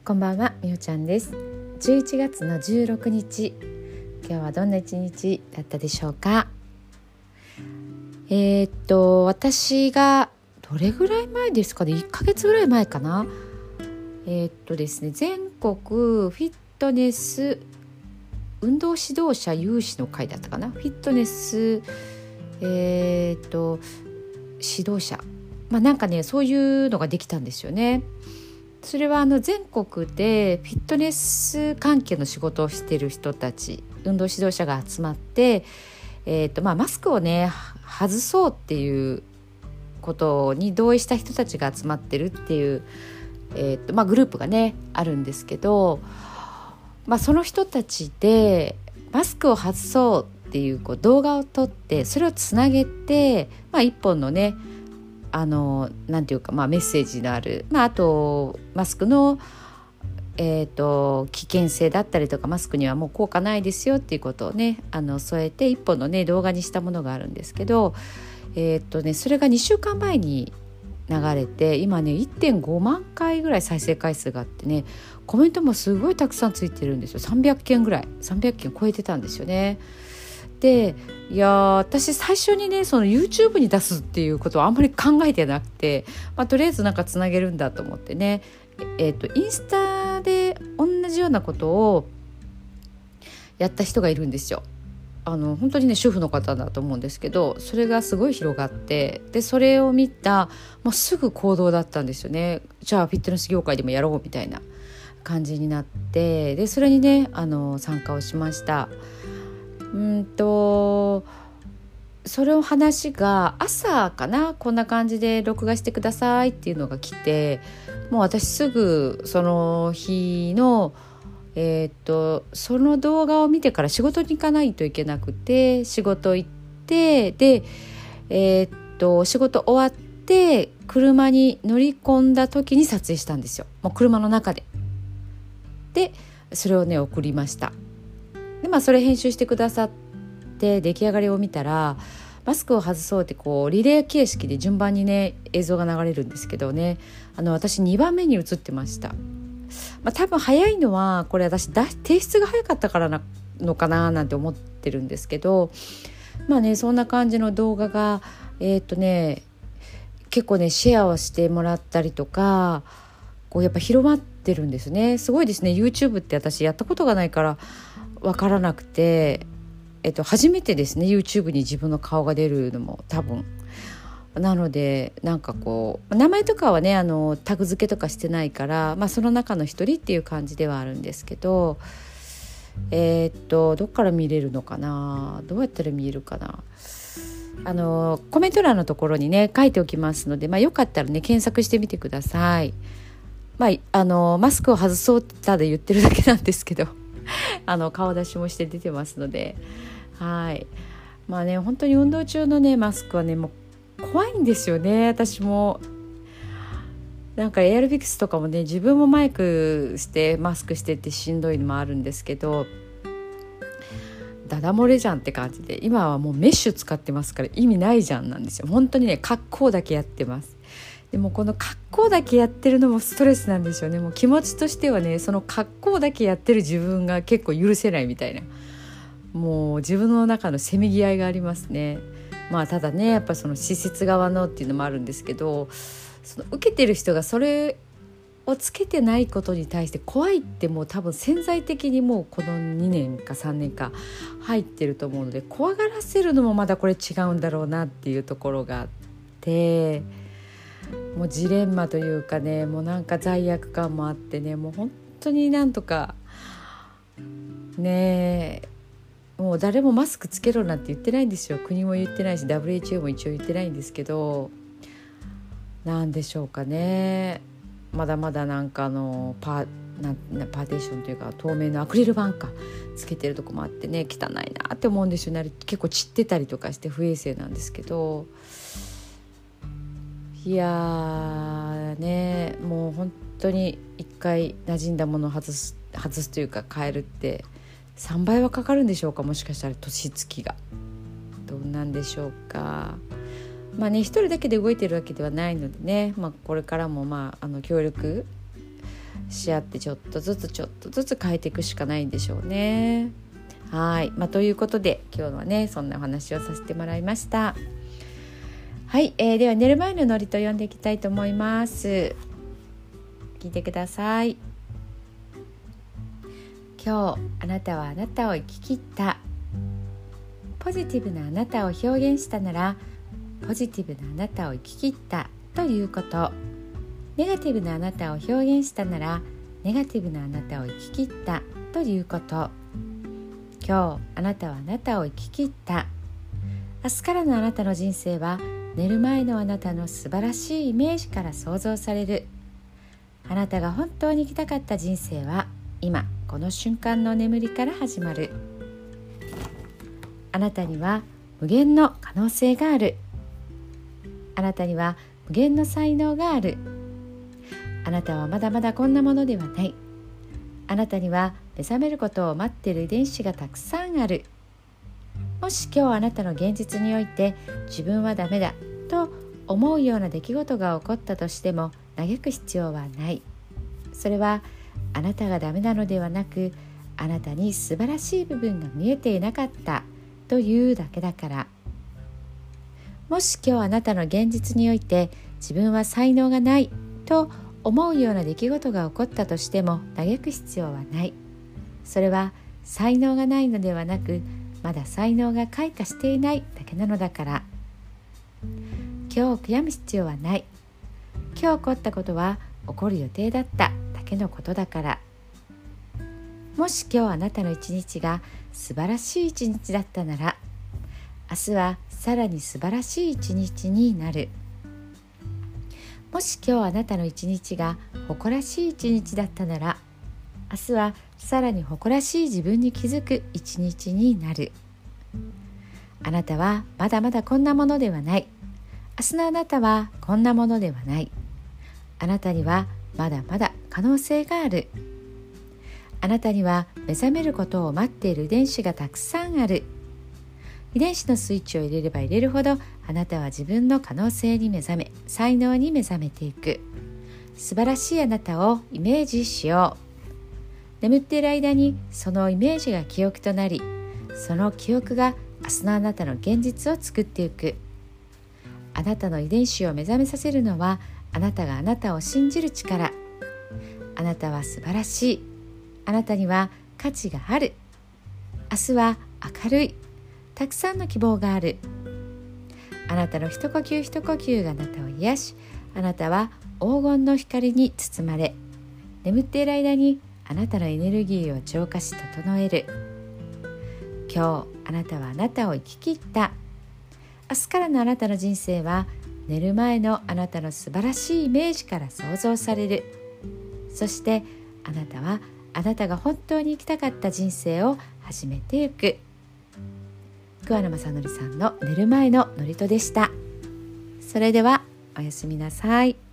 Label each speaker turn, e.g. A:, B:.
A: こんばんは、みおちゃんです。11月の16日、今日はどんな一日だったでしょうか。私がどれぐらい前ですかね、1ヶ月ぐらい前かな。ですね、全国フィットネス運動指導者有志の会だったかな。フィットネス指導者、なんかね、そういうのができたんですよね。それは全国でフィットネス関係の仕事をしている人たち、運動指導者が集まって、マスクをね外そうっていうことに同意した人たちが集まってるっていう、グループがねあるんですけど、その人たちでマスクを外そうっていう、動画を撮って、それをつなげて、一本のねなんていうか、メッセージのある、あとマスクの、危険性だったりとか、マスクにはもう効果ないですよっていうことをね添えて一本のね動画にしたものがあるんですけど、それが2週間前に流れて、今ね 1.5 万回ぐらい再生回数があってね、コメントもすごいたくさんついてるんですよ。300件ぐらい、300件超えてたんですよね。で、私最初にねその YouTube に出すっていうことはあんまり考えてなくて、とりあえずなんかつなげるんだと思ってね、インスタで同じようなことをやった人がいるんですよ。本当にね主婦の方だと思うんですけど、それがすごい広がって、でそれを見た、すぐ行動だったんですよね。じゃあフィットネス業界でもやろうみたいな感じになって、でそれにね参加をしました。それを話が朝かな、こんな感じで録画してくださいっていうのが来て、もう私すぐその日のその動画を見てから仕事に行かないといけなくて、仕事行って、で仕事終わって車に乗り込んだ時に撮影したんですよ。もう車の中で。でそれをね送りました。でそれ編集してくださって出来上がりを見たら、マスクを外そうってリレー形式で順番にね映像が流れるんですけどね、私2番目に映ってました。多分早いのはこれ私提出が早かったからなのかななんて思ってるんですけど、そんな感じの動画が結構ねシェアをしてもらったりとか、やっぱ広まってるんですね。すごいですね。 YouTube って私やったことがないから分からなくて、初めてですね YouTube に自分の顔が出るのも多分。なのでなんか名前とかはねタグ付けとかしてないから、その中の一人っていう感じではあるんですけど、どっから見れるのかな、どうやったら見えるかな。コメント欄のところにね書いておきますので、よかったらね検索してみてください。マスクを外そうってただ言ってるだけなんですけど顔出しもして出てますので、はい。本当に運動中のねマスクはねもう怖いんですよね。私もなんかエアロビクスとかもね、自分もマイクしてマスクしてってしんどいのもあるんですけど、ダダ漏れじゃんって感じで、今はもうメッシュ使ってますから意味ないじゃんなんですよ。本当にね格好だけやってます。でもこの格好だけやってるのもストレスなんですよね。もう気持ちとしてはね、その格好だけやってる自分が結構許せないみたいな、もう自分の中のせめぎ合いがありますね。ただねやっぱその施設側のっていうのもあるんですけど、その受けてる人がそれをつけてないことに対して怖いって、もう多分潜在的にもうこの2年か3年か入ってると思うので、怖がらせるのもまだこれ違うんだろうなっていうところがあって、もうジレンマというかね、もうなんか罪悪感もあってね、もう本当になんとかねえ、もう誰もマスクつけろなんて言ってないんですよ。国も言ってないし WHO も一応言ってないんですけど、なんでしょうかね。まだまだなんかパーテーションというか透明のアクリル板かつけてるとこもあってね、汚いなって思うんですよね。あれ結構散ってたりとかして不衛生なんですけど、いやーね、もう本当に一回馴染んだものを外すというか変えるって3倍はかかるんでしょうか。もしかしたら年月がどうなんでしょうか。一人だけで動いてるわけではないのでね、これからも協力し合ってちょっとずつ変えていくしかないんでしょうね。はい、ということで今日はねそんなお話をさせてもらいました。はい、では寝る前の祝詞と読んでいきたいと思います。聞いてください。今日あなたはあなたを生き切った。ポジティブなあなたを表現したならポジティブなあなたを生き切ったということ。ネガティブなあなたを表現したならネガティブなあなたを生き切ったということ。今日あなたはあなたを生き切った。明日からのあなたの人生は寝る前のあなたの素晴らしいイメージから想像される。あなたが本当に生きたかった人生は今この瞬間の眠りから始まる。あなたには無限の可能性がある。あなたには無限の才能がある。あなたはまだまだこんなものではない。あなたには目覚めることを待っている遺伝子がたくさんある。もし今日あなたの現実において自分はダメだと思うような出来事が起こったとしても嘆く必要はない。それはあなたがダメなのではなく、あなたに素晴らしい部分が見えていなかったというだけだから。もし今日あなたの現実において自分は才能がないと思うような出来事が起こったとしても嘆く必要はない。それは才能がないのではなく、まだ才能が開花していないだけなのだから。今日悔やむ必要はない。今日起こったことは起こる予定だっただけのことだから。もし今日あなたの一日が素晴らしい一日だったなら、明日はさらに素晴らしい一日になる。もし今日あなたの一日が誇らしい一日だったなら、明日はさらに誇らしい自分に気づく一日になる。あなたはまだまだこんなものではない。明日のあなたはこんなものではない。あなたにはまだまだ可能性がある。あなたには目覚めることを待っている遺伝子がたくさんある。遺伝子のスイッチを入れれば入れるほど、あなたは自分の可能性に目覚め、才能に目覚めていく。素晴らしいあなたをイメージしよう。眠っている間にそのイメージが記憶となり、その記憶が明日のあなたの現実を作っていく。あなたの遺伝子を目覚めさせるのは、あなたがあなたを信じる力。あなたは素晴らしい。あなたには価値がある。明日は明るい。たくさんの希望がある。あなたの一呼吸一呼吸があなたを癒し、あなたは黄金の光に包まれ、眠っている間にあなたのエネルギーを浄化し整える。今日あなたはあなたを生き切った。明日からのあなたの人生は寝る前のあなたの素晴らしいイメージから想像される。そしてあなたはあなたが本当に生きたかった人生を始めていく。桑名正則さんの寝る前の祝詞でした。それではおやすみなさい。